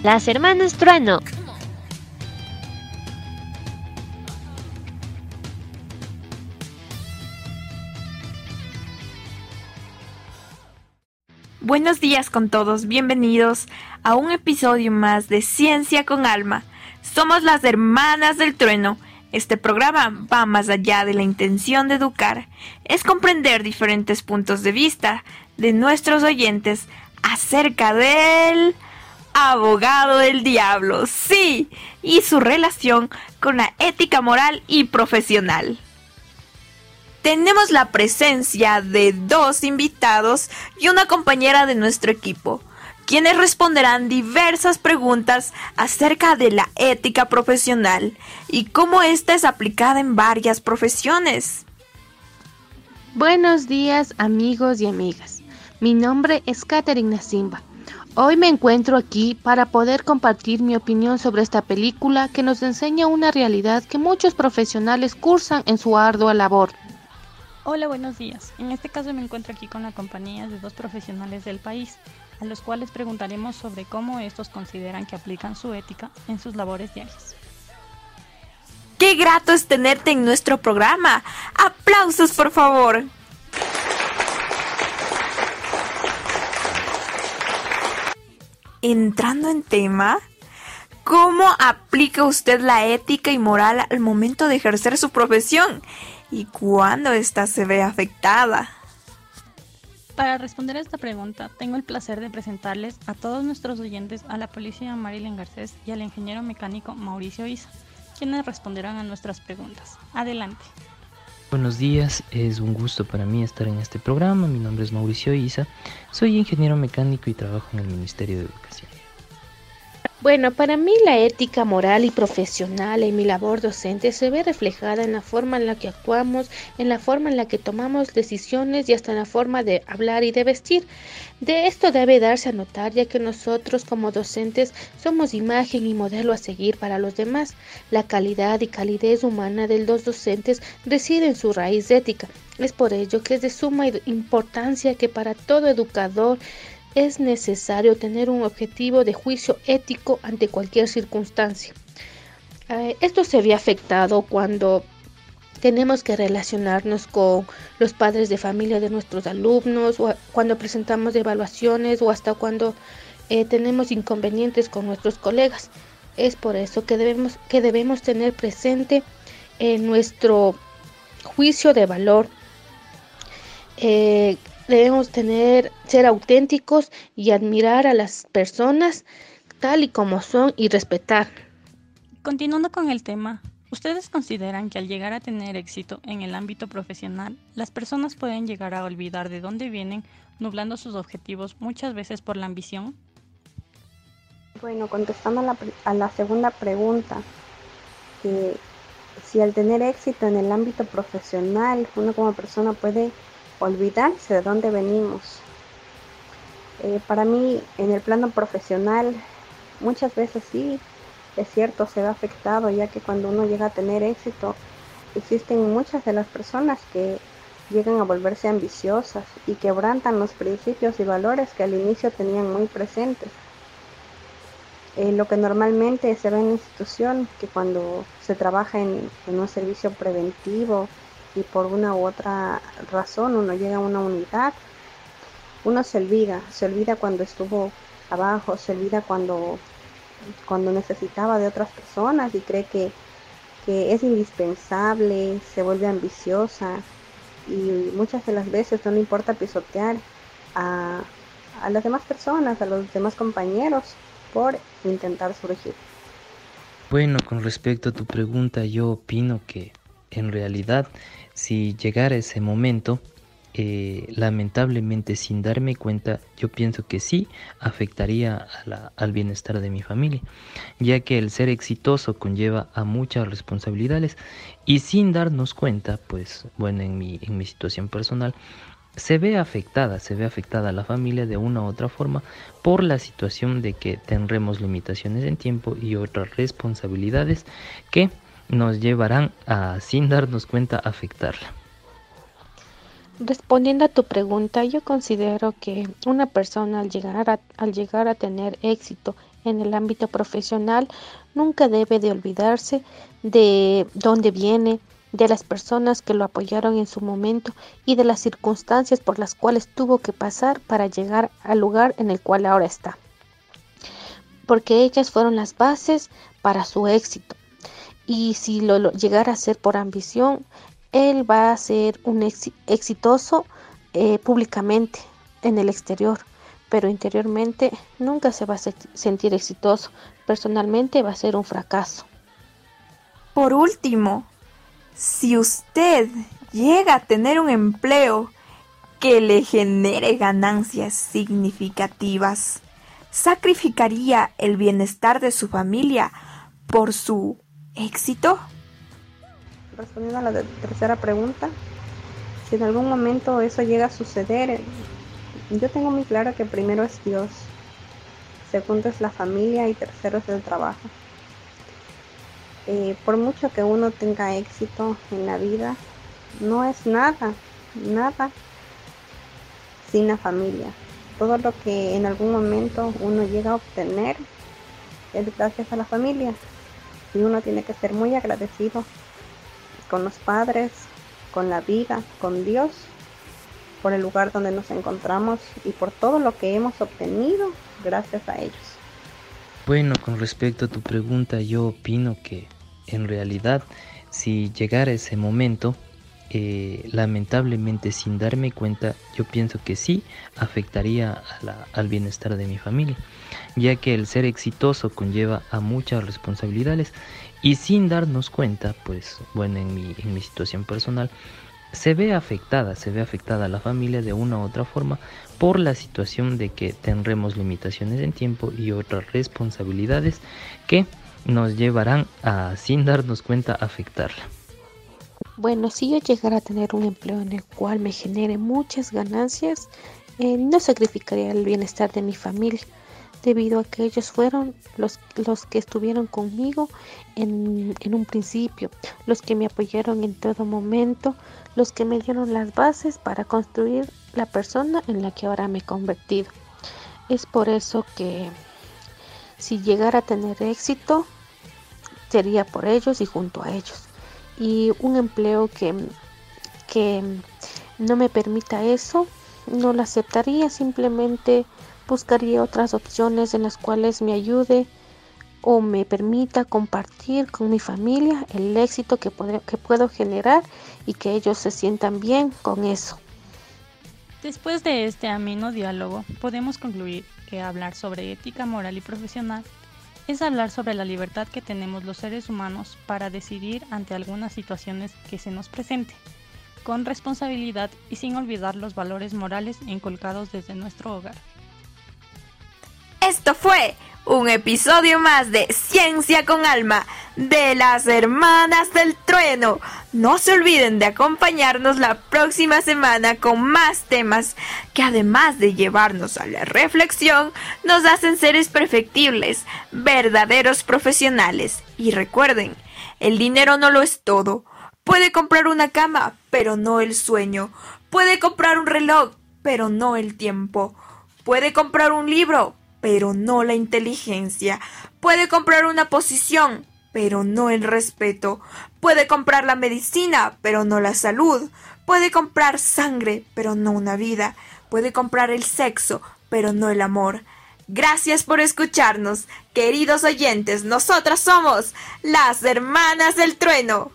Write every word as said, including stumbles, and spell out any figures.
Las hermanas Trueno. Buenos días con todos, bienvenidos a un episodio más de Ciencia con Alma. Somos las hermanas del trueno. Este programa va más allá de la intención de educar, es comprender diferentes puntos de vista de nuestros oyentes acerca del abogado del diablo, sí, y su relación con la ética moral y profesional. Tenemos la presencia de dos invitados y una compañera de nuestro equipo, quienes responderán diversas preguntas acerca de la ética profesional y cómo ésta es aplicada en varias profesiones. Buenos días, amigos y amigas. Mi nombre es Caterina Simba. Hoy me encuentro aquí para poder compartir mi opinión sobre esta película que nos enseña una realidad que muchos profesionales cursan en su ardua labor. Hola, buenos días. En este caso me encuentro aquí con la compañía de dos profesionales del país, a los cuales preguntaremos sobre cómo estos consideran que aplican su ética en sus labores diarias. ¡Qué grato es tenerte en nuestro programa! ¡Aplausos, por favor! Entrando en tema, ¿cómo aplica usted la ética y moral al momento de ejercer su profesión? ¿Y cuándo ésta se ve afectada? Para responder a esta pregunta, tengo el placer de presentarles a todos nuestros oyentes a la policía Marilyn Garcés y al ingeniero mecánico Mauricio Isa, quienes responderán a nuestras preguntas. Adelante. Buenos días, es un gusto para mí estar en este programa. Mi nombre es Mauricio Isa, soy ingeniero mecánico y trabajo en el Ministerio de Educación. Bueno, para mí la ética moral y profesional en mi labor docente se ve reflejada en la forma en la que actuamos, en la forma en la que tomamos decisiones y hasta en la forma de hablar y de vestir. De esto debe darse a notar, ya que nosotros como docentes somos imagen y modelo a seguir para los demás. La calidad y calidez humana de los docentes reside en su raíz ética. Es por ello que es de suma importancia que para todo educador es necesario tener un objetivo de juicio ético ante cualquier circunstancia. Eh, esto se ve afectado cuando tenemos que relacionarnos con los padres de familia de nuestros alumnos, o cuando presentamos evaluaciones o hasta cuando eh, tenemos inconvenientes con nuestros colegas. Es por eso que debemos, que debemos tener presente en nuestro juicio de valor eh, Debemos tener, ser auténticos y admirar a las personas tal y como son y respetar. Continuando con el tema, ¿ustedes consideran que al llegar a tener éxito en el ámbito profesional, las personas pueden llegar a olvidar de dónde vienen, nublando sus objetivos muchas veces por la ambición? Bueno, contestando a la, a la segunda pregunta, que si al tener éxito en el ámbito profesional, uno como persona puede olvidarse de dónde venimos. Eh, para mí, en el plano profesional, muchas veces sí, es cierto, se ve afectado, ya que cuando uno llega a tener éxito, existen muchas de las personas que llegan a volverse ambiciosas y quebrantan los principios y valores que al inicio tenían muy presentes. Eh, lo que normalmente se ve en la institución, que cuando se trabaja en, en un servicio preventivo, y por una u otra razón uno llega a una unidad, uno se olvida, se olvida cuando estuvo abajo, se olvida cuando, cuando necesitaba de otras personas y cree que, que es indispensable, se vuelve ambiciosa y muchas de las veces no le importa pisotear a, a las demás personas, a los demás compañeros por intentar surgir. Bueno, con respecto a tu pregunta, yo opino que en realidad, si llegara ese momento, eh, lamentablemente sin darme cuenta, yo pienso que sí afectaría a la, al bienestar de mi familia, ya que el ser exitoso conlleva a muchas responsabilidades y sin darnos cuenta, pues bueno, en mi, en mi situación personal, se ve afectada, se ve afectada a la familia de una u otra forma por la situación de que tendremos limitaciones en tiempo y otras responsabilidades que nos llevarán a, sin darnos cuenta, a afectarla. Respondiendo a tu pregunta, yo considero que una persona al llegar a, al llegar a tener éxito en el ámbito profesional, nunca debe de olvidarse de dónde viene, de las personas que lo apoyaron en su momento y de las circunstancias por las cuales tuvo que pasar para llegar al lugar en el cual ahora está. Porque ellas fueron las bases para su éxito. Y si lo, lo llegara a hacer por ambición, él va a ser un ex, exitoso eh, públicamente en el exterior, pero interiormente nunca se va a se- sentir exitoso. Personalmente va a ser un fracaso. Por último, si usted llega a tener un empleo que le genere ganancias significativas, ¿sacrificaría el bienestar de su familia por su éxito? Respondiendo a la de- tercera pregunta, si en algún momento eso llega a suceder, yo tengo muy claro que primero es Dios, segundo es la familia y tercero es el trabajo. Eh, por mucho que uno tenga éxito en la vida, no es nada, nada sin la familia. Todo lo que en algún momento uno llega a obtener es gracias a la familia. Y uno tiene que ser muy agradecido con los padres, con la vida, con Dios, por el lugar donde nos encontramos y por todo lo que hemos obtenido gracias a ellos. Bueno, con respecto a tu pregunta, yo opino que en realidad si llegara ese momento, eh, lamentablemente sin darme cuenta, yo pienso que sí afectaría a la- al bienestar de mi familia, ya que el ser exitoso conlleva a muchas responsabilidades y sin darnos cuenta, pues bueno, en mi, en mi situación personal, se ve afectada, se ve afectada a la familia de una u otra forma por la situación de que tendremos limitaciones en tiempo y otras responsabilidades que nos llevarán a, sin darnos cuenta, afectarla. Bueno, si yo llegara a tener un empleo en el cual me genere muchas ganancias, eh, no sacrificaría el bienestar de mi familia, debido a que ellos fueron los, los que estuvieron conmigo en, en un principio, los que me apoyaron en todo momento, los que me dieron las bases para construir la persona en la que ahora me he convertido. Es por eso que si llegara a tener éxito, sería por ellos y junto a ellos. Y un empleo que, que no me permita eso, no lo aceptaría, simplemente buscaría otras opciones en las cuales me ayude o me permita compartir con mi familia el éxito que, pod- que puedo generar y que ellos se sientan bien con eso. Después de este ameno diálogo, podemos concluir que hablar sobre ética moral y profesional es hablar sobre la libertad que tenemos los seres humanos para decidir ante algunas situaciones que se nos presenten, con responsabilidad y sin olvidar los valores morales inculcados desde nuestro hogar. Esto fue un episodio más de Ciencia con Alma de las Hermanas del Trueno. No se olviden de acompañarnos la próxima semana con más temas que, además de llevarnos a la reflexión, nos hacen seres perfectibles, verdaderos profesionales. Y recuerden, el dinero no lo es todo. Puede comprar una cama, pero no el sueño. Puede comprar un reloj, pero no el tiempo. Puede comprar un libro, pero no la inteligencia. Puede comprar una posición, pero no el respeto. Puede comprar la medicina, pero no la salud. Puede comprar sangre, pero no una vida. Puede comprar el sexo, pero no el amor. Gracias por escucharnos, queridos oyentes. Nosotras somos las Hermanas del Trueno.